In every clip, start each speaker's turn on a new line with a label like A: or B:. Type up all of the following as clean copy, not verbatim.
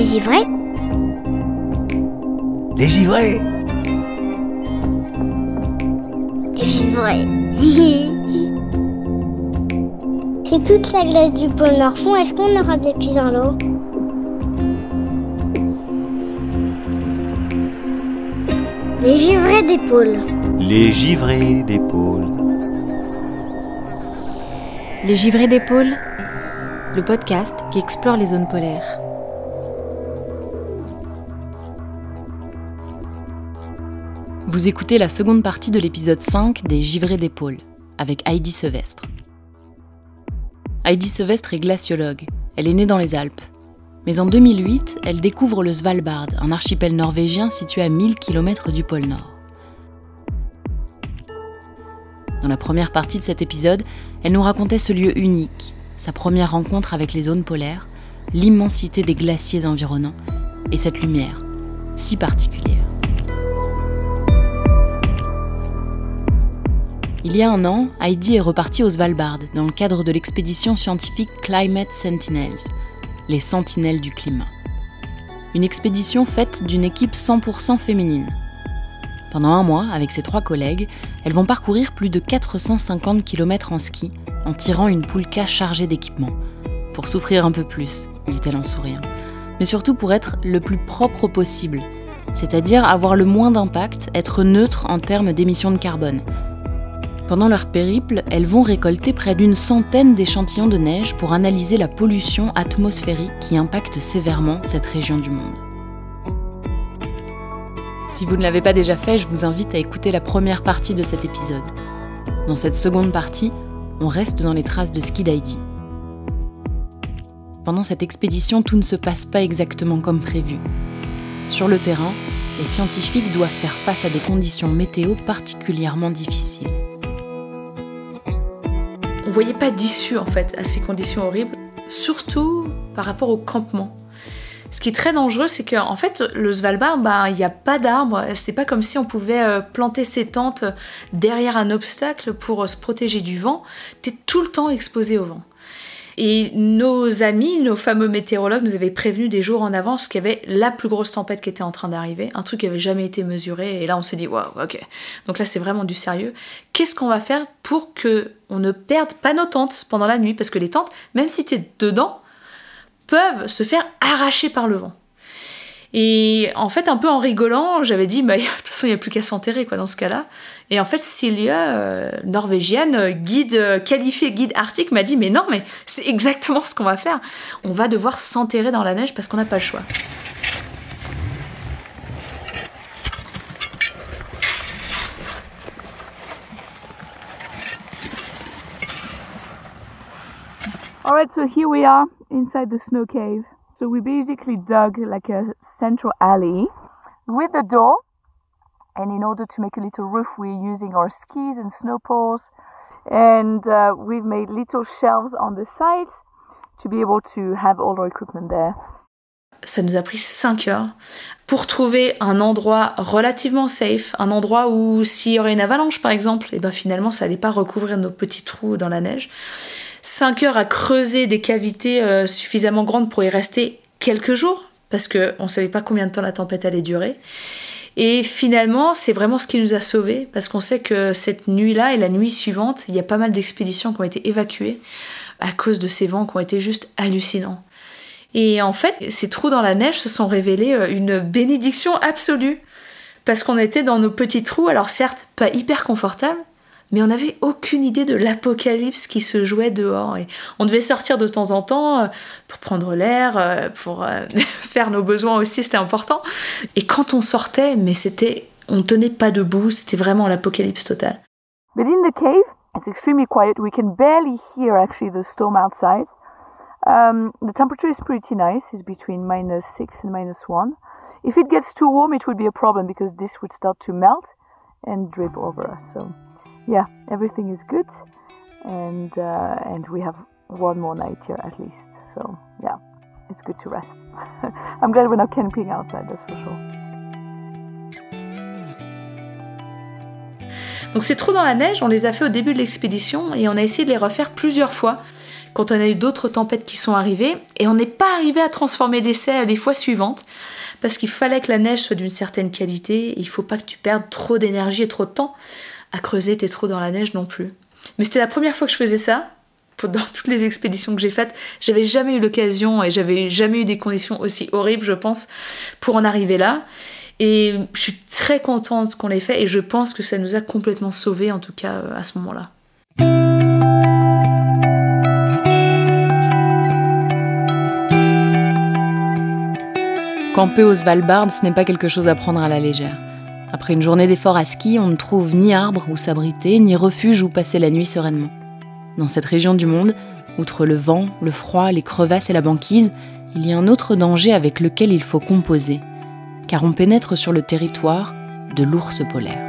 A: givrés.
B: Les givrés.
A: Les givrés. Si toute la glace du pôle Nord fond, est-ce qu'on aura des pieds dans l'eau? Les givrés des pôles.
B: Les givrés des pôles.
C: Les givrés des pôles, le podcast qui explore les zones polaires. Vous écoutez la seconde partie de l'épisode 5 des Givrés des pôles, avec Heidi Sevestre. Heidi Sevestre est glaciologue. Elle est née dans les Alpes. Mais en 2008, elle découvre le Svalbard, un archipel norvégien situé à 1000 km du pôle Nord. Dans la première partie de cet épisode, elle nous racontait ce lieu unique, sa première rencontre avec les zones polaires, l'immensité des glaciers environnants et cette lumière, si particulière. Il y a un an, Heidi est repartie au Svalbard dans le cadre de l'expédition scientifique Climate Sentinels, les sentinelles du climat. Une expédition faite d'une équipe 100% féminine. Pendant un mois, avec ses 3 collègues, elles vont parcourir plus de 450 km en ski, en tirant une poulka chargée d'équipements. Pour souffrir un peu plus, dit-elle en souriant. Mais surtout pour être le plus propre possible, c'est-à-dire avoir le moins d'impact, être neutre en termes d'émissions de carbone. Pendant leur périple, elles vont récolter près d'une centaine d'échantillons de neige pour analyser la pollution atmosphérique qui impacte sévèrement cette région du monde. Si vous ne l'avez pas déjà fait, je vous invite à écouter la première partie de cet épisode. Dans cette seconde partie, on reste dans les traces de ski d'Heidi. Pendant cette expédition, tout ne se passe pas exactement comme prévu. Sur le terrain, les scientifiques doivent faire face à des conditions météo particulièrement difficiles.
D: On ne voyait pas d'issue en fait à ces conditions horribles, surtout par rapport au campement. Ce qui est très dangereux, c'est qu'en fait, le Svalbard, il n'y a pas d'arbres. C'est pas comme si on pouvait planter ses tentes derrière un obstacle pour se protéger du vent. T'es tout le temps exposé au vent. Et nos amis, nos fameux météorologues, nous avaient prévenus des jours en avance qu'il y avait la plus grosse tempête qui était en train d'arriver, un truc qui n'avait jamais été mesuré. Et là, on s'est dit, waouh, ok. Donc là, c'est vraiment du sérieux. Qu'est-ce qu'on va faire pour qu'on ne perde pas nos tentes pendant la nuit? Parce que les tentes, même si tu es dedans, peuvent se faire arracher par le vent. Et en fait, un peu en rigolant, j'avais dit, de toute façon, il n'y a plus qu'à s'enterrer dans ce cas-là. Et en fait, Silja, norvégienne, qualifiée guide arctique, m'a dit, mais non, mais c'est exactement ce qu'on va faire. On va devoir s'enterrer dans la neige parce qu'on n'a pas le choix.
E: Alright, so here we are inside the snow cave. So we basically dug like a central alley with a door, and in order to make a little roof we're using our skis and snow poles, and we've made little shelves on the sides to be able to have all our equipment there.
D: Ça nous a pris 5 heures pour trouver un endroit relativement safe, un endroit où s'il y aurait une avalanche par exemple, et finalement ça allait pas recouvrir nos petits trous dans la neige. 5 heures à creuser des cavités suffisamment grandes pour y rester quelques jours, parce qu'on ne savait pas combien de temps la tempête allait durer. Et finalement, c'est vraiment ce qui nous a sauvés, parce qu'on sait que cette nuit-là et la nuit suivante, il y a pas mal d'expéditions qui ont été évacuées à cause de ces vents qui ont été juste hallucinants. Et en fait, ces trous dans la neige se sont révélés une bénédiction absolue, parce qu'on était dans nos petits trous, alors certes pas hyper confortables, mais on n'avait aucune idée de l'apocalypse qui se jouait dehors. Et on devait sortir de temps en temps pour prendre l'air, pour faire nos besoins aussi, c'était important. Et quand on sortait, on ne tenait pas debout, c'était vraiment l'apocalypse totale.
E: But in the cave, it's extremely quiet. We can barely hear actually the storm outside. The temperature is pretty nice. It's between -6 and -1. If it gets too warm, it would be a problem because this would start to melt and drip over us. So yeah, everything is good, and we have one more night here at least. So yeah, it's good to rest. I'm glad we're not camping outside, that's for sure.
D: Donc ces trous dans la neige, on les a fait au début de l'expédition et on a essayé de les refaire plusieurs fois quand on a eu d'autres tempêtes qui sont arrivées, et on n'est pas arrivé à transformer d'essai les fois suivantes, parce qu'il fallait que la neige soit d'une certaine qualité, et il faut pas que tu perdes trop d'énergie et trop de temps à creuser tes trous dans la neige non plus. Mais c'était la première fois que je faisais ça. Dans toutes les expéditions que j'ai faites, j'avais jamais eu l'occasion et j'avais jamais eu des conditions aussi horribles, je pense, pour en arriver là. Et je suis très contente qu'on l'ait fait et je pense que ça nous a complètement sauvés, en tout cas à ce moment-là.
C: Camper au Svalbard, ce n'est pas quelque chose à prendre à la légère. Après une journée d'effort à ski, on ne trouve ni arbre où s'abriter, ni refuge où passer la nuit sereinement. Dans cette région du monde, outre le vent, le froid, les crevasses et la banquise, il y a un autre danger avec lequel il faut composer, car on pénètre sur le territoire de l'ours polaire.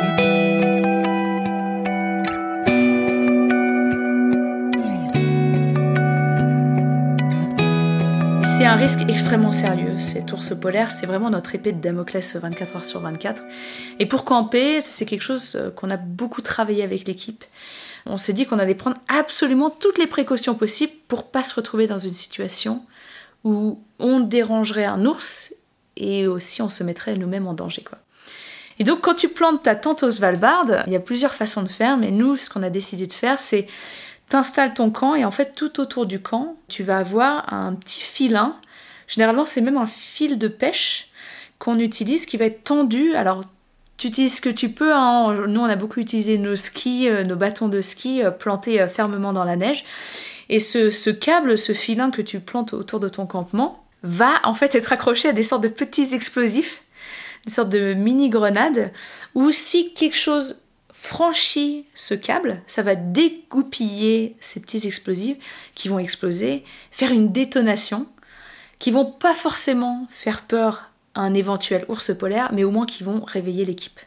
D: C'est un risque extrêmement sérieux, cet ours polaire, c'est vraiment notre épée de Damoclès 24 heures sur 24. Et pour camper, c'est quelque chose qu'on a beaucoup travaillé avec l'équipe. On s'est dit qu'on allait prendre absolument toutes les précautions possibles pour pas se retrouver dans une situation où on dérangerait un ours et aussi on se mettrait nous-mêmes en danger, quoi. Et donc quand tu plantes ta tente au Svalbard, il y a plusieurs façons de faire, mais nous, ce qu'on a décidé de faire, c'est t'installes ton camp et en fait tout autour du camp, tu vas avoir un petit filin. Généralement, c'est même un fil de pêche qu'on utilise qui va être tendu. Alors, tu utilises ce que tu peux, hein. Nous, on a beaucoup utilisé nos skis, nos bâtons de ski plantés fermement dans la neige. Et ce câble, ce filin que tu plantes autour de ton campement, va en fait être accroché à des sortes de petits explosifs, des sortes de mini-grenades, où si quelque chose franchit ce câble, ça va dégoupiller ces petits explosifs qui vont exploser, faire une détonation, qui vont pas forcément faire peur un éventuel ours polaire, mais au moins qui vont réveiller l'équipe.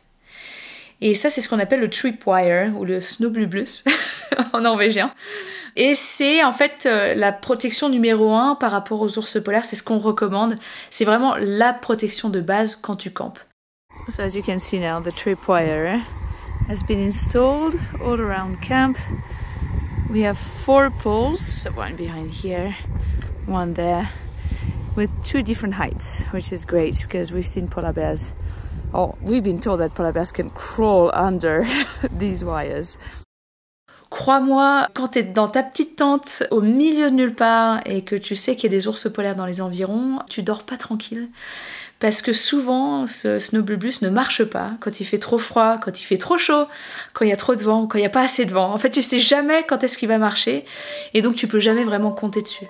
D: Et ça, c'est ce qu'on appelle le tripwire, ou le snøblubus en norvégien. Et c'est en fait la protection numéro 1 par rapport aux ours polaires, c'est ce qu'on recommande. C'est vraiment la protection de base quand tu campes. So as you can see now, the tripwire has been installed all around camp. We have 4 poles, one behind here, one there, with 2 different heights, which is great because we've seen polar bears, or we've been told that polar bears can crawl under these wires. Crois-moi, quand t'es dans ta petite tente au milieu de nulle part et que tu sais qu'il y a des ours polaires dans les environs, tu dors pas tranquille. Parce que souvent, ce snøblubus ne marche pas quand il fait trop froid, quand il fait trop chaud, quand il y a trop de vent, quand il n'y a pas assez de vent. En fait, tu sais jamais quand est-ce qu'il va marcher et donc tu peux jamais vraiment compter dessus.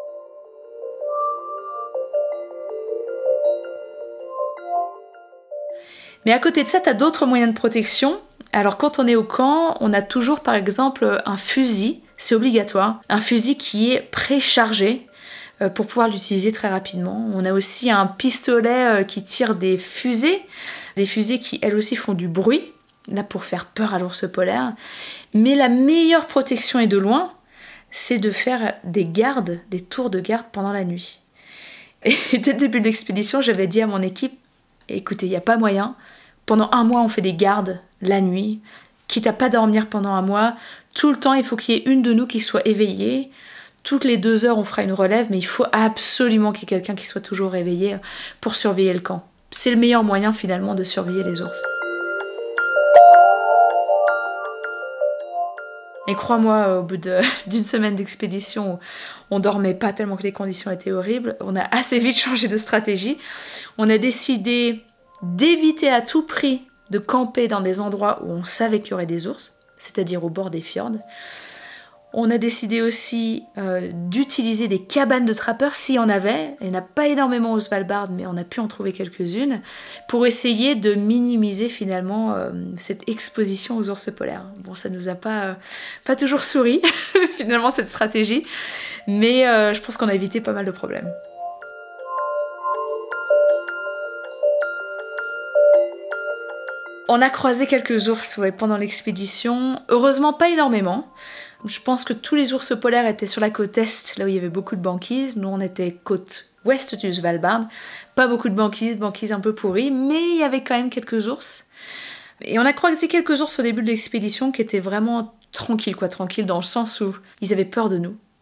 D: Mais à côté de ça, tu as d'autres moyens de protection. Alors quand on est au camp, on a toujours par exemple un fusil, c'est obligatoire, un fusil qui est préchargé pour pouvoir l'utiliser très rapidement. On a aussi un pistolet qui tire des fusées qui elles aussi font du bruit, là pour faire peur à l'ours polaire. Mais la meilleure protection et de loin, c'est de faire des gardes, des tours de garde pendant la nuit. Et dès le début de l'expédition, j'avais dit à mon équipe, écoutez, il n'y a pas moyen, pendant 1 mois on fait des gardes la nuit, quitte à pas dormir pendant 1 mois, tout le temps il faut qu'il y ait une de nous qui soit éveillée. Toutes les 2 heures, on fera une relève, mais il faut absolument qu'il y ait quelqu'un qui soit toujours réveillé pour surveiller le camp. C'est le meilleur moyen, finalement, de surveiller les ours. Et crois-moi, au bout d'une semaine d'expédition où on dormait pas tellement que les conditions étaient horribles, on a assez vite changé de stratégie. On a décidé d'éviter à tout prix de camper dans des endroits où on savait qu'il y aurait des ours, c'est-à-dire au bord des fjords. On a décidé aussi d'utiliser des cabanes de trappeurs s'il y en avait. Il n'y en a pas énormément au Svalbard, mais on a pu en trouver quelques-unes, pour essayer de minimiser finalement cette exposition aux ours polaires. Bon, ça nous a pas toujours souri, finalement, cette stratégie, mais je pense qu'on a évité pas mal de problèmes. On a croisé quelques ours pendant l'expédition, heureusement pas énormément. Je pense que tous les ours polaires étaient sur la côte est, là où il y avait beaucoup de banquises. Nous, on était côte ouest du Svalbard. Pas beaucoup de banquises un peu pourries, mais il y avait quand même quelques ours. Et on a croisé quelques ours au début de l'expédition qui étaient vraiment tranquilles dans le sens où ils avaient peur de nous.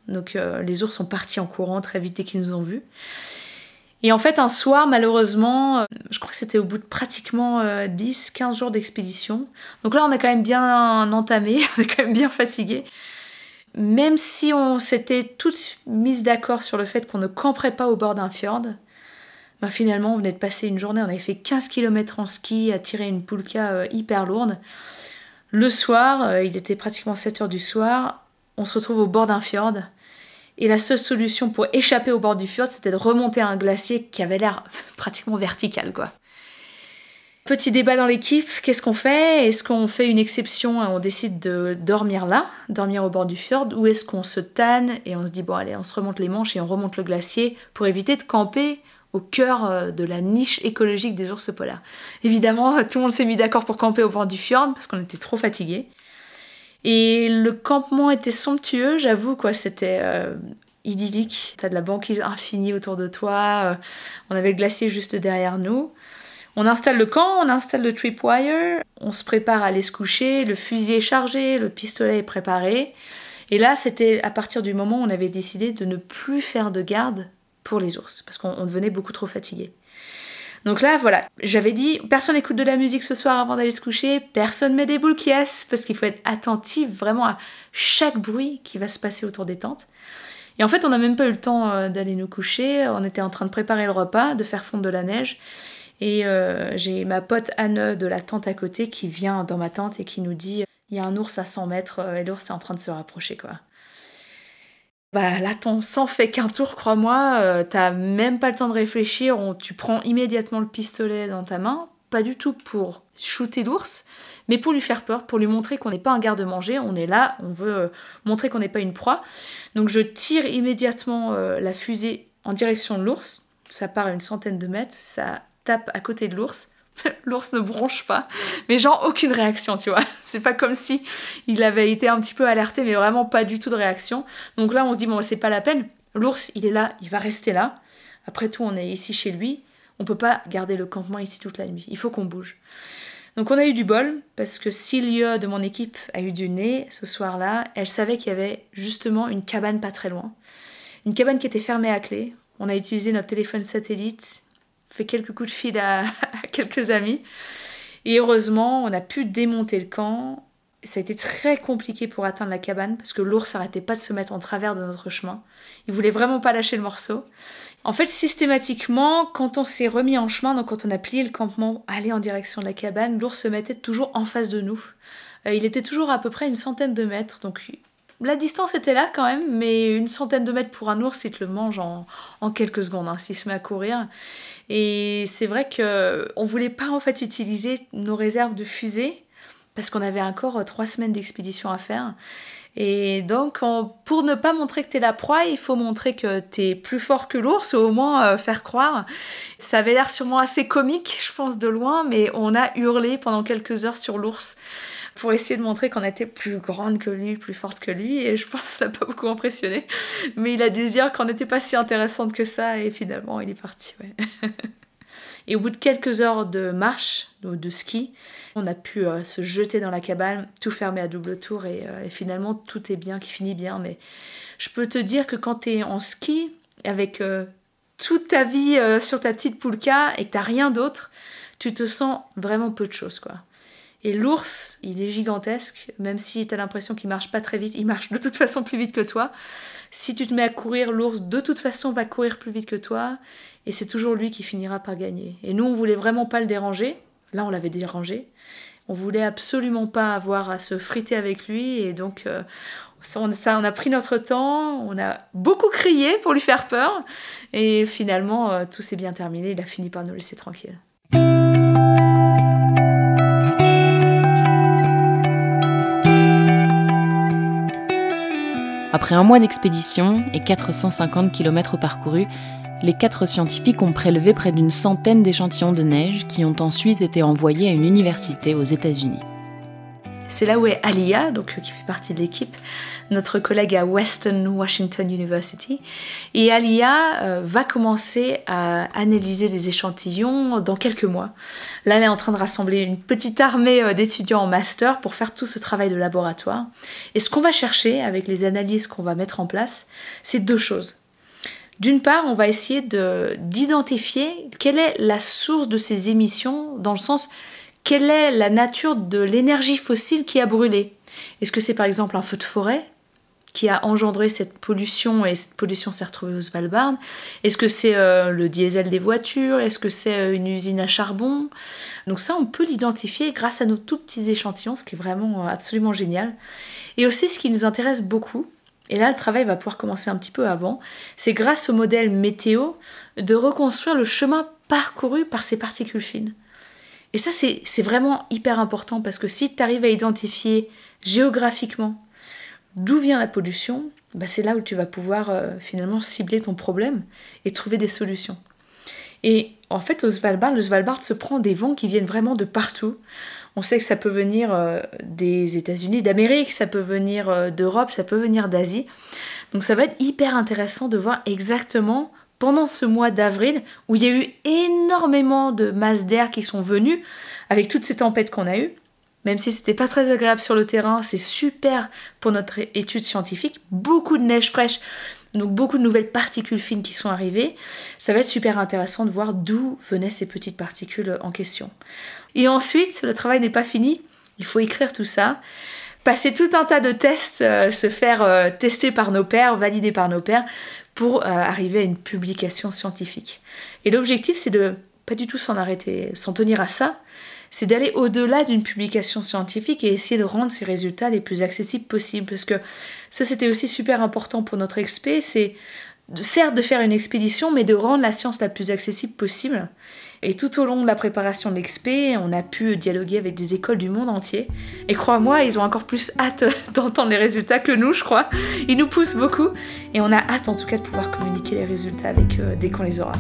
D: Donc les ours sont partis en courant très vite dès qu'ils nous ont vus. Et en fait, un soir, malheureusement, je crois que c'était au bout de pratiquement 10-15 jours d'expédition. Donc là, on a quand même bien entamé, on est quand même bien fatigué. Même si on s'était toutes mises d'accord sur le fait qu'on ne camperait pas au bord d'un fjord, ben finalement, on venait de passer une journée, on avait fait 15 km en ski, à tirer une poulka hyper lourde. Le soir, il était pratiquement 7h du soir, on se retrouve au bord d'un fjord. Et la seule solution pour échapper au bord du fjord, c'était de remonter un glacier qui avait l'air pratiquement vertical, quoi. Petit débat dans l'équipe, qu'est-ce qu'on fait ? Est-ce qu'on fait une exception et on décide de dormir là, dormir au bord du fjord, ou est-ce qu'on se tanne et on se dit, bon allez, on se remonte les manches et on remonte le glacier pour éviter de camper au cœur de la niche écologique des ours polaires. Évidemment, tout le monde s'est mis d'accord pour camper au bord du fjord parce qu'on était trop fatigués. Et le campement était somptueux, j'avoue, quoi, c'était idyllique. T'as de la banquise infinie autour de toi, on avait le glacier juste derrière nous. On installe le camp, on installe le tripwire, on se prépare à aller se coucher, le fusil est chargé, le pistolet est préparé. Et là, c'était à partir du moment où on avait décidé de ne plus faire de garde pour les ours, parce qu'on devenait beaucoup trop fatigué. Donc là, voilà, j'avais dit, personne n'écoute de la musique ce soir avant d'aller se coucher, personne met des boules qui est, parce qu'il faut être attentif vraiment à chaque bruit qui va se passer autour des tentes. Et en fait, on n'a même pas eu le temps d'aller nous coucher, on était en train de préparer le repas, de faire fondre de la neige, et j'ai ma pote Anne de la tente à côté qui vient dans ma tente et qui nous dit « il y a un ours à 100 mètres et l'ours est en train de se rapprocher, quoi ». Bah là, ton sang fait qu'un tour, crois-moi, t'as même pas le temps de réfléchir, tu prends immédiatement le pistolet dans ta main, pas du tout pour shooter l'ours, mais pour lui faire peur, pour lui montrer qu'on n'est pas un garde-manger, on est là, on veut montrer qu'on n'est pas une proie. Donc je tire immédiatement la fusée en direction de l'ours, ça part à une centaine de mètres, ça tape à côté de l'ours. L'ours ne bronche pas, mais genre aucune réaction, tu vois. C'est pas comme si il avait été un petit peu alerté, mais vraiment pas du tout de réaction. Donc là, on se dit, bon, c'est pas la peine. L'ours, il est là, il va rester là. Après tout, on est ici chez lui. On peut pas garder le campement ici toute la nuit. Il faut qu'on bouge. Donc on a eu du bol, parce que Celia de mon équipe a eu du nez ce soir-là. Elle savait qu'il y avait justement une cabane pas très loin. Une cabane qui était fermée à clé. On a utilisé notre téléphone satellite, fait quelques coups de fil à quelques amis. Et heureusement, on a pu démonter le camp. Ça a été très compliqué pour atteindre la cabane parce que l'ours n'arrêtait pas de se mettre en travers de notre chemin. Il voulait vraiment pas lâcher le morceau. En fait, systématiquement, quand on s'est remis en chemin, donc quand on a plié le campement, aller en direction de la cabane, l'ours se mettait toujours en face de nous. Il était toujours à peu près une centaine de mètres, donc la distance était là quand même, mais une centaine de mètres pour un ours, il te le mange en quelques secondes, s'il se met à courir. Et c'est vrai qu'on voulait pas en fait utiliser nos réserves de fusées, parce qu'on avait encore 3 semaines d'expédition à faire. Et donc, pour ne pas montrer que t'es la proie, il faut montrer que t'es plus fort que l'ours, ou au moins faire croire. Ça avait l'air sûrement assez comique, je pense, de loin, mais on a hurlé pendant quelques heures sur l'ours pour essayer de montrer qu'on était plus grande que lui, plus forte que lui, et je pense que ça l'a pas beaucoup impressionné. Mais il a dû dire qu'on n'était pas si intéressante que ça, et finalement, il est parti, ouais. Et au bout de quelques heures de marche, de ski, on a pu se jeter dans la cabane, tout fermer à double tour, et finalement, tout est bien, qui finit bien. Mais je peux te dire que quand t'es en ski, avec toute ta vie sur ta petite poulka, et que t'as rien d'autre, tu te sens vraiment peu de choses, quoi. Et l'ours, il est gigantesque, même si t'as l'impression qu'il marche pas très vite, il marche de toute façon plus vite que toi. Si tu te mets à courir, l'ours de toute façon va courir plus vite que toi, et c'est toujours lui qui finira par gagner. Et nous, on voulait vraiment pas le déranger, là on l'avait dérangé, on voulait absolument pas avoir à se friter avec lui, et donc on a pris notre temps, on a beaucoup crié pour lui faire peur, et finalement tout s'est bien terminé, il a fini par nous laisser tranquilles.
C: Après un mois d'expédition et 450 km parcourus, les 4 scientifiques ont prélevé près d'une centaine d'échantillons de neige qui ont ensuite été envoyés à une université aux États-Unis.
D: C'est là où est Alia, qui fait partie de l'équipe, notre collègue à Western Washington University. Et Alia va commencer à analyser les échantillons dans quelques mois. Là, elle est en train de rassembler une petite armée d'étudiants en master pour faire tout ce travail de laboratoire. Et ce qu'on va chercher avec les analyses qu'on va mettre en place, c'est 2 choses. D'une part, on va essayer d'identifier quelle est la source de ces émissions, dans le sens, quelle est la nature de l'énergie fossile qui a brûlé. Est-ce que c'est par exemple un feu de forêt qui a engendré cette pollution et cette pollution s'est retrouvée au Svalbard? Est-ce que c'est le diesel des voitures? Est-ce que c'est une usine à charbon? Donc ça, on peut l'identifier grâce à nos tout petits échantillons, ce qui est vraiment absolument génial. Et aussi, ce qui nous intéresse beaucoup, et là le travail va pouvoir commencer un petit peu avant, c'est grâce au modèle météo de reconstruire le chemin parcouru par ces particules fines. Et ça, c'est vraiment hyper important parce que si tu arrives à identifier géographiquement d'où vient la pollution, c'est là où tu vas pouvoir finalement cibler ton problème et trouver des solutions. Et en fait, le Svalbard se prend des vents qui viennent vraiment de partout. On sait que ça peut venir des États-Unis d'Amérique, ça peut venir d'Europe, ça peut venir d'Asie. Donc ça va être hyper intéressant de voir exactement pendant ce mois d'avril, où il y a eu énormément de masses d'air qui sont venues, avec toutes ces tempêtes qu'on a eues, même si c'était pas très agréable sur le terrain, c'est super pour notre étude scientifique, beaucoup de neige fraîche, donc beaucoup de nouvelles particules fines qui sont arrivées, ça va être super intéressant de voir d'où venaient ces petites particules en question. Et ensuite, le travail n'est pas fini, il faut écrire tout ça, passer tout un tas de tests, se faire tester par nos pairs, valider par nos pairs, pour arriver à une publication scientifique. Et l'objectif, c'est de pas du tout s'en tenir à ça, c'est d'aller au-delà d'une publication scientifique et essayer de rendre ces résultats les plus accessibles possibles. Parce que ça, c'était aussi super important pour notre expé, c'est certes de faire une expédition, mais de rendre la science la plus accessible possible. Et tout au long de la préparation de l'expé, on a pu dialoguer avec des écoles du monde entier. Et crois-moi, ils ont encore plus hâte d'entendre les résultats que nous, je crois. Ils nous poussent beaucoup. Et on a hâte en tout cas de pouvoir communiquer les résultats avec eux dès qu'on les aura.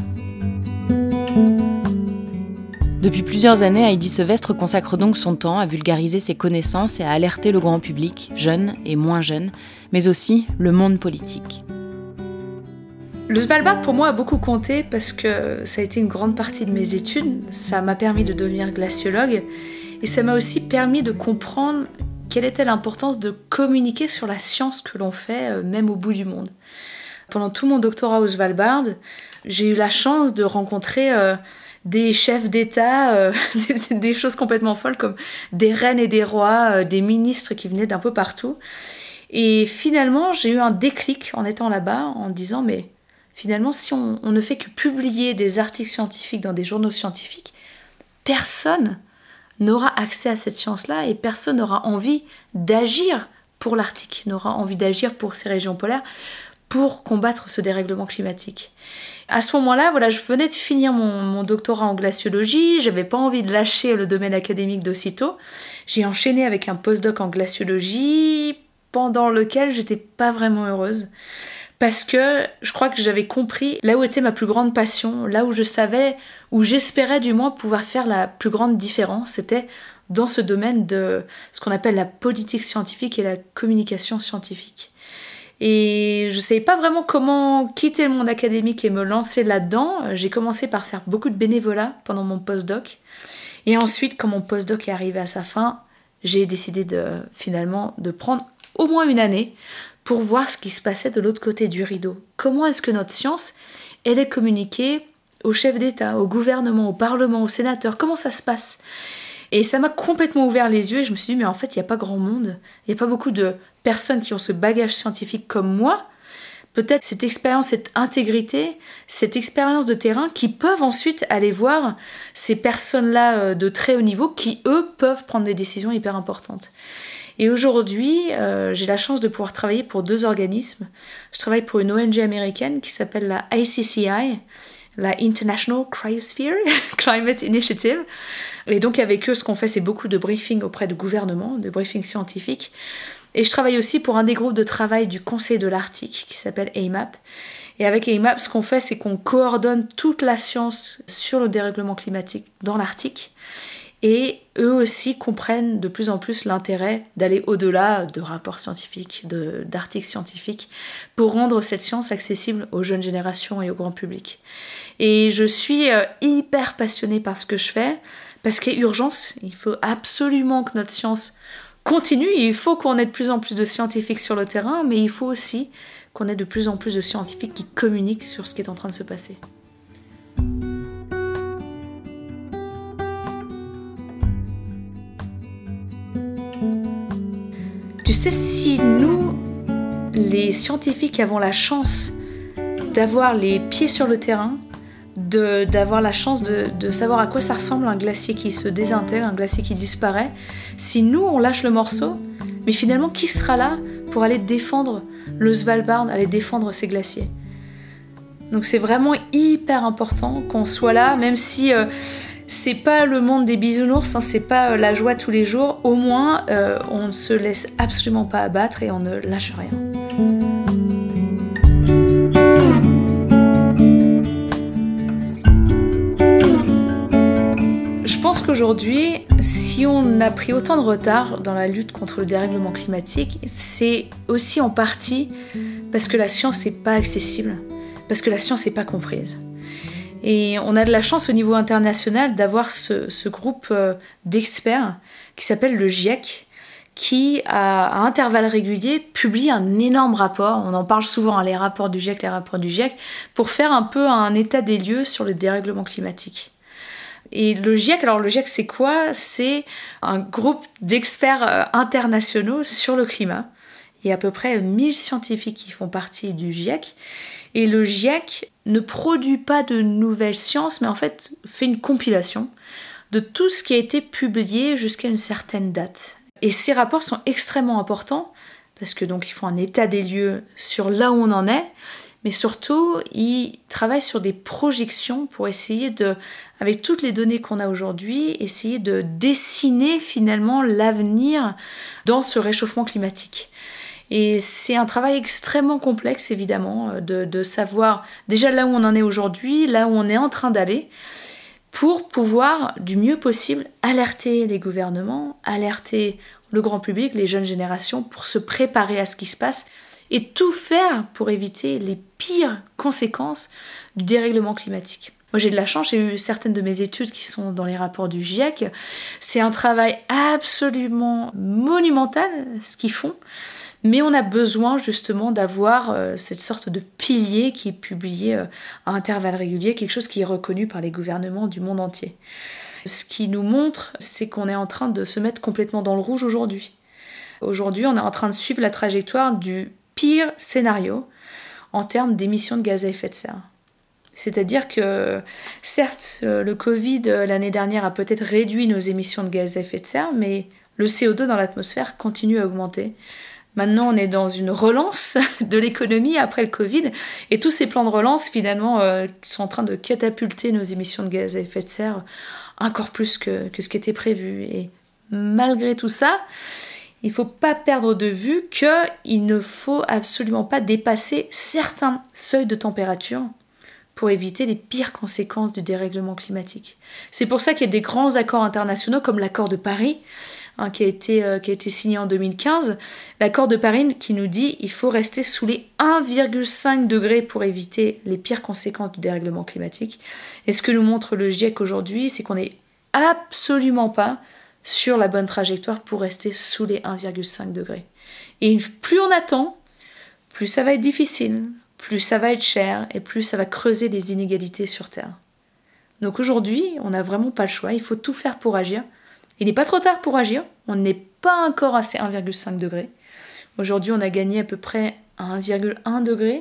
C: Depuis plusieurs années, Heidi Sevestre consacre donc son temps à vulgariser ses connaissances et à alerter le grand public, jeune et moins jeune, mais aussi le monde politique.
D: Le Svalbard, pour moi, a beaucoup compté parce que ça a été une grande partie de mes études. Ça m'a permis de devenir glaciologue et ça m'a aussi permis de comprendre quelle était l'importance de communiquer sur la science que l'on fait, même au bout du monde. Pendant tout mon doctorat au Svalbard, j'ai eu la chance de rencontrer des chefs d'État, des choses complètement folles comme des reines et des rois, des ministres qui venaient d'un peu partout. Et finalement, j'ai eu un déclic en étant là-bas, en disant mais finalement, si on ne fait que publier des articles scientifiques dans des journaux scientifiques, personne n'aura accès à cette science-là et personne n'aura envie d'agir pour l'Arctique, n'aura envie d'agir pour ces régions polaires, pour combattre ce dérèglement climatique. À ce moment-là, je venais de finir mon doctorat en glaciologie, j'avais pas envie de lâcher le domaine académique d'aussitôt. J'ai enchaîné avec un postdoc en glaciologie, pendant lequel j'étais pas vraiment heureuse. Parce que je crois que j'avais compris là où était ma plus grande passion, là où je savais, où j'espérais du moins pouvoir faire la plus grande différence, c'était dans ce domaine de ce qu'on appelle la politique scientifique et la communication scientifique. Et je ne savais pas vraiment comment quitter le monde académique et me lancer là-dedans. J'ai commencé par faire beaucoup de bénévolat pendant mon postdoc. Et ensuite, quand mon postdoc est arrivé à sa fin, j'ai décidé finalement de prendre au moins une année pour voir ce qui se passait de l'autre côté du rideau. Comment est-ce que notre science, elle est communiquée aux chefs d'État, au gouvernement, au Parlement, aux sénateurs? Comment ça se passe? Et ça m'a complètement ouvert les yeux et je me suis dit, mais en fait, il n'y a pas grand monde. Il n'y a pas beaucoup de personnes qui ont ce bagage scientifique comme moi. Peut-être cette expérience, cette intégrité, cette expérience de terrain qui peuvent ensuite aller voir ces personnes-là de très haut niveau qui, eux, peuvent prendre des décisions hyper importantes. Et aujourd'hui, j'ai la chance de pouvoir travailler pour 2 organismes. Je travaille pour une ONG américaine qui s'appelle la ICCI, la International Cryosphere Climate Initiative. Et donc avec eux, ce qu'on fait, c'est beaucoup de briefings auprès de gouvernements, de briefings scientifiques. Et je travaille aussi pour un des groupes de travail du Conseil de l'Arctique qui s'appelle AMAP. Et avec AMAP, ce qu'on fait, c'est qu'on coordonne toute la science sur le dérèglement climatique dans l'Arctique. Et eux aussi comprennent de plus en plus l'intérêt d'aller au-delà de rapports scientifiques, d'articles scientifiques, pour rendre cette science accessible aux jeunes générations et au grand public. Et je suis hyper passionnée par ce que je fais, parce qu'il y a urgence. Il faut absolument que notre science continue. Il faut qu'on ait de plus en plus de scientifiques sur le terrain, mais il faut aussi qu'on ait de plus en plus de scientifiques qui communiquent sur ce qui est en train de se passer. Tu sais, si nous, les scientifiques, avons la chance d'avoir les pieds sur le terrain, d'avoir la chance de savoir à quoi ça ressemble un glacier qui se désintègre, un glacier qui disparaît, si nous, on lâche le morceau, mais finalement, qui sera là pour aller défendre le Svalbard, aller défendre ces glaciers? Donc c'est vraiment hyper important qu'on soit là, même si c'est pas le monde des bisounours, hein, c'est pas la joie tous les jours, au moins on ne se laisse absolument pas abattre et on ne lâche rien. Je pense qu'aujourd'hui, si on a pris autant de retard dans la lutte contre le dérèglement climatique, c'est aussi en partie parce que la science n'est pas accessible, parce que la science n'est pas comprise. Et on a de la chance au niveau international d'avoir ce groupe d'experts qui s'appelle le GIEC, qui, à intervalles réguliers, publie un énorme rapport. On en parle souvent, hein, les rapports du GIEC, pour faire un peu un état des lieux sur le dérèglement climatique. Et le GIEC, alors le GIEC c'est quoi? C'est un groupe d'experts internationaux sur le climat. Il y a à peu près 1000 scientifiques qui font partie du GIEC. Et le GIEC ne produit pas de nouvelles sciences, mais en fait fait une compilation de tout ce qui a été publié jusqu'à une certaine date. Et ces rapports sont extrêmement importants, parce que donc ils font un état des lieux sur là où on en est, mais surtout, ils travaillent sur des projections pour essayer avec toutes les données qu'on a aujourd'hui, essayer de dessiner finalement l'avenir dans ce réchauffement climatique. Et c'est un travail extrêmement complexe, évidemment, de savoir déjà là où on en est aujourd'hui, là où on est en train d'aller, pour pouvoir, du mieux possible, alerter les gouvernements, alerter le grand public, les jeunes générations, pour se préparer à ce qui se passe, et tout faire pour éviter les pires conséquences du dérèglement climatique. Moi j'ai de la chance, j'ai eu certaines de mes études qui sont dans les rapports du GIEC. C'est un travail absolument monumental ce qu'ils font, mais on a besoin justement d'avoir cette sorte de pilier qui est publié à intervalles réguliers, quelque chose qui est reconnu par les gouvernements du monde entier. Ce qui nous montre, c'est qu'on est en train de se mettre complètement dans le rouge aujourd'hui. Aujourd'hui, on est en train de suivre la trajectoire du pire scénario en termes d'émissions de gaz à effet de serre. C'est-à-dire que, certes, le Covid l'année dernière a peut-être réduit nos émissions de gaz à effet de serre, mais le CO2 dans l'atmosphère continue à augmenter. Maintenant, on est dans une relance de l'économie après le Covid, et tous ces plans de relance, finalement, sont en train de catapulter nos émissions de gaz à effet de serre encore plus que ce qui était prévu. Et malgré tout ça, il ne faut pas perdre de vue qu'il ne faut absolument pas dépasser certains seuils de température pour éviter les pires conséquences du dérèglement climatique. C'est pour ça qu'il y a des grands accords internationaux comme l'accord de Paris, qui a été signé en 2015. L'accord de Paris qui nous dit qu'il faut rester sous les 1,5 degrés pour éviter les pires conséquences du dérèglement climatique. Et ce que nous montre le GIEC aujourd'hui, c'est qu'on n'est absolument pas sur la bonne trajectoire pour rester sous les 1,5 degrés. Et plus on attend, plus ça va être difficile, plus ça va être cher et plus ça va creuser les inégalités sur Terre. Donc aujourd'hui, on n'a vraiment pas le choix, il faut tout faire pour agir. Il n'est pas trop tard pour agir, on n'est pas encore à ces 1,5 degrés. Aujourd'hui, on a gagné à peu près 1,1 degré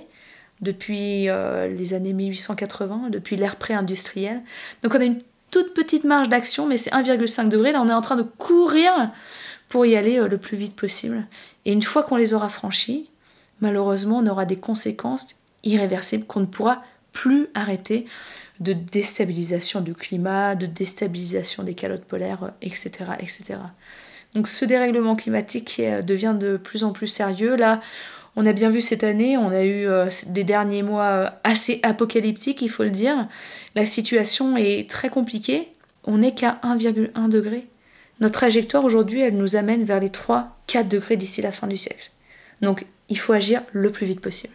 D: depuis les années 1880, depuis l'ère pré-industrielle. Donc on a une toute petite marge d'action, mais c'est 1,5 degré. Là, on est en train de courir pour y aller le plus vite possible. Et une fois qu'on les aura franchis, malheureusement, on aura des conséquences irréversibles qu'on ne pourra plus arrêter, de déstabilisation du climat, de déstabilisation des calottes polaires, etc., etc. Donc ce dérèglement climatique devient de plus en plus sérieux. Là, on a bien vu cette année, on a eu des derniers mois assez apocalyptiques, il faut le dire. La situation est très compliquée. on n'est qu'à 1,1 degré. Notre trajectoire aujourd'hui, elle nous amène vers les 3-4 degrés d'ici la fin du siècle. Donc il faut agir le plus vite possible.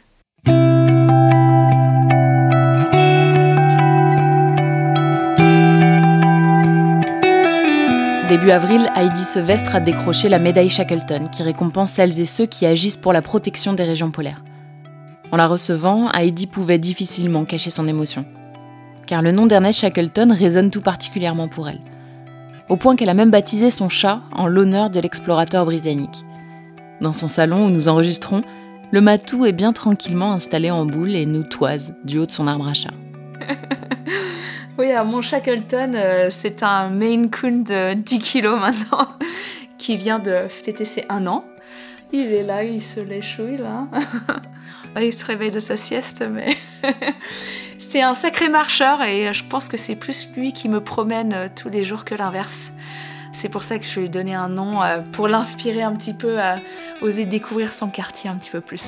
C: Début avril, Heidi Sevestre a décroché la médaille Shackleton, qui récompense celles et ceux qui agissent pour la protection des régions polaires. En la recevant, Heidi pouvait difficilement cacher son émotion. Car le nom d'Ernest Shackleton résonne tout particulièrement pour elle. Au point qu'elle a même baptisé son chat en l'honneur de l'explorateur britannique. Dans son salon où nous enregistrons, le matou est bien tranquillement installé en boule et nous toise du haut de son arbre à chat.
D: Oui, alors mon Shackleton, c'est un Maine Coon de 10 kilos maintenant, qui vient de fêter ses 1 an. Il est là, il se l'échouille là. Il se réveille de sa sieste, mais c'est un sacré marcheur et je pense que c'est plus lui qui me promène tous les jours que l'inverse. C'est pour ça que je lui ai donné un nom, pour l'inspirer un petit peu à oser découvrir son quartier un petit peu plus.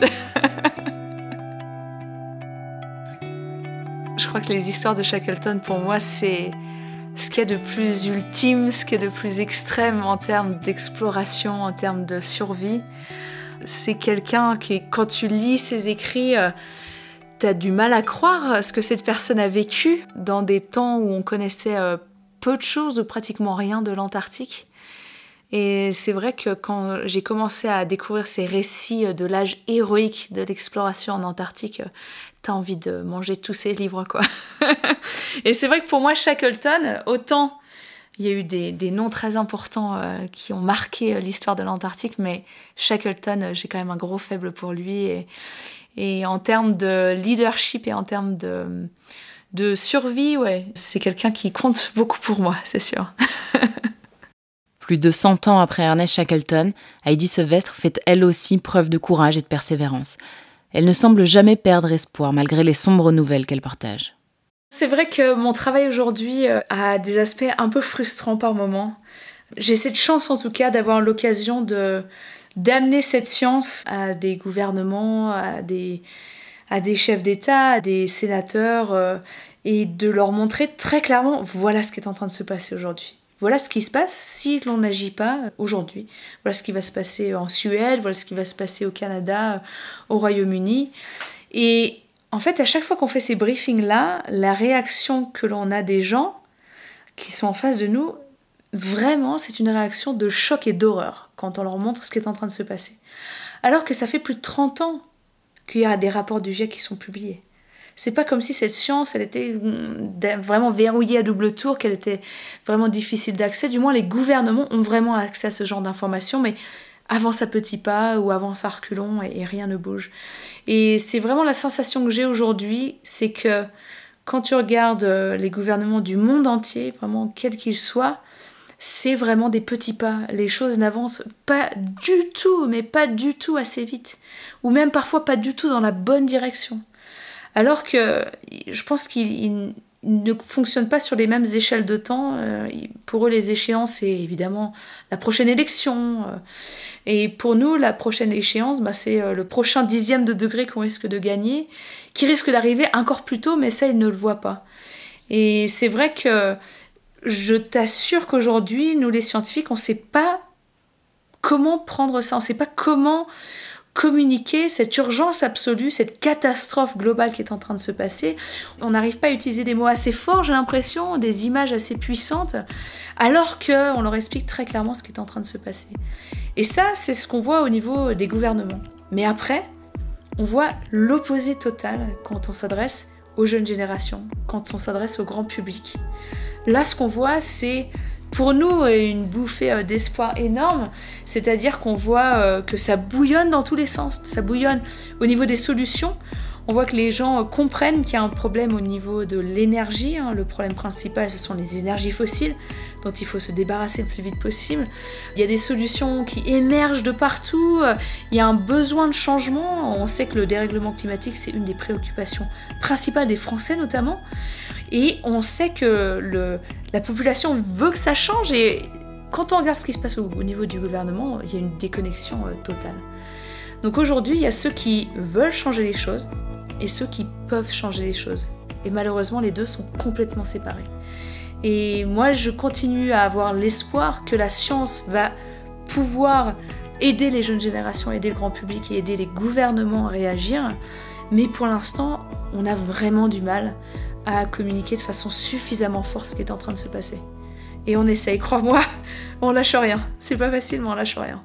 D: Je crois que les histoires de Shackleton, pour moi, c'est ce qu'il y a de plus ultime, ce qu'il y a de plus extrême en termes d'exploration, en termes de survie. C'est quelqu'un qui, quand tu lis ses écrits, t'as du mal à croire ce que cette personne a vécu dans des temps où on connaissait peu de choses ou pratiquement rien de l'Antarctique. Et c'est vrai que quand j'ai commencé à découvrir ces récits de l'âge héroïque de l'exploration en Antarctique, t'as envie de manger tous ces livres, quoi. Et c'est vrai que pour moi, Shackleton, autant il y a eu des noms très importants qui ont marqué l'histoire de l'Antarctique, mais Shackleton, j'ai quand même un gros faible pour lui. Et en termes de leadership et en termes de survie, ouais, c'est quelqu'un qui compte beaucoup pour moi, c'est sûr.
C: Plus de 100 ans après Ernest Shackleton, Heidi Sevestre fait elle aussi preuve de courage et de persévérance. Elle ne semble jamais perdre espoir malgré les sombres nouvelles qu'elle partage.
D: C'est vrai que mon travail aujourd'hui a des aspects un peu frustrants par moments. J'ai cette chance en tout cas d'avoir l'occasion d'amener cette science à des gouvernements, à des chefs d'État, à des sénateurs, et de leur montrer très clairement, voilà ce qui est en train de se passer aujourd'hui. Voilà ce qui se passe si l'on n'agit pas aujourd'hui. Voilà ce qui va se passer en Suède, voilà ce qui va se passer au Canada, au Royaume-Uni. Et en fait, à chaque fois qu'on fait ces briefings-là, la réaction que l'on a des gens qui sont en face de nous, vraiment, c'est une réaction de choc et d'horreur quand on leur montre ce qui est en train de se passer. Alors que ça fait plus de 30 ans qu'il y a des rapports du GIEC qui sont publiés. C'est pas comme si cette science, elle était vraiment verrouillée à double tour, qu'elle était vraiment difficile d'accès. Du moins, les gouvernements ont vraiment accès à ce genre d'informations, mais avance à petits pas ou avance à reculons et rien ne bouge. Et c'est vraiment la sensation que j'ai aujourd'hui, c'est que quand tu regardes les gouvernements du monde entier, vraiment quels qu'ils soient, c'est vraiment des petits pas. Les choses n'avancent pas du tout, mais pas du tout assez vite. Ou même parfois pas du tout dans la bonne direction. Alors que je pense qu'ils ne fonctionnent pas sur les mêmes échelles de temps. Pour eux, les échéances, c'est évidemment la prochaine élection. Et pour nous, la prochaine échéance, c'est le prochain 10e de degré qu'on risque de gagner, qui risque d'arriver encore plus tôt, mais ça, ils ne le voient pas. Et c'est vrai que je t'assure qu'aujourd'hui, nous les scientifiques, on ne sait pas comment prendre ça, on ne sait pas comment communiquer cette urgence absolue, cette catastrophe globale qui est en train de se passer. On n'arrive pas à utiliser des mots assez forts, j'ai l'impression, des images assez puissantes, alors qu'on leur explique très clairement ce qui est en train de se passer. Et ça, c'est ce qu'on voit au niveau des gouvernements. Mais après, on voit l'opposé total quand on s'adresse aux jeunes générations, quand on s'adresse au grand public. Là, ce qu'on voit, c'est pour nous une bouffée d'espoir énorme, c'est-à-dire qu'on voit que ça bouillonne dans tous les sens, ça bouillonne au niveau des solutions. On voit que les gens comprennent qu'il y a un problème au niveau de l'énergie. Le problème principal, ce sont les énergies fossiles, dont il faut se débarrasser le plus vite possible. Il y a des solutions qui émergent de partout. Il y a un besoin de changement. On sait que le dérèglement climatique, c'est une des préoccupations principales des Français notamment. Et on sait que la population veut que ça change. Et quand on regarde ce qui se passe au niveau du gouvernement, il y a une déconnexion totale. Donc aujourd'hui, il y a ceux qui veulent changer les choses et ceux qui peuvent changer les choses. Et malheureusement, les deux sont complètement séparés. Et moi, je continue à avoir l'espoir que la science va pouvoir aider les jeunes générations, aider le grand public et aider les gouvernements à réagir. Mais pour l'instant, on a vraiment du mal à communiquer de façon suffisamment forte ce qui est en train de se passer. Et on essaye, crois-moi, on lâche rien. C'est pas facile, mais on lâche rien.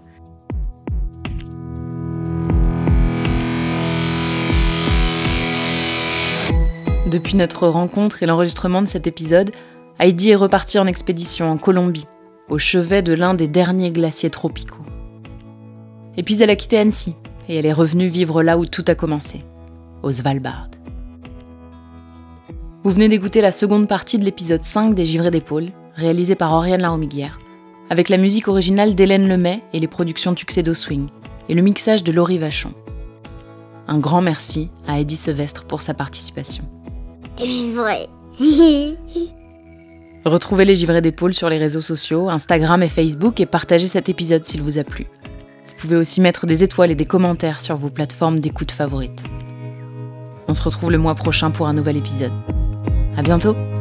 C: Depuis notre rencontre et l'enregistrement de cet épisode, Heidi est repartie en expédition en Colombie, au chevet de l'un des derniers glaciers tropicaux. Et puis elle a quitté Annecy, et elle est revenue vivre là où tout a commencé, au Svalbard. Vous venez d'écouter la seconde partie de l'épisode 5 des Givrés d'épaule, réalisé par Oriane Laromiguière, avec la musique originale d'Hélène Lemay et les productions Tuxedo Swing, et le mixage de Laurie Vachon. Un grand merci à Heidi Sevestre pour sa participation.
A: Givré.
C: Retrouvez les Givrés d'épaule sur les réseaux sociaux, Instagram et Facebook, et partagez cet épisode s'il vous a plu. Vous pouvez aussi mettre des étoiles et des commentaires sur vos plateformes d'écoute favorites. On se retrouve le mois prochain pour un nouvel épisode. À bientôt!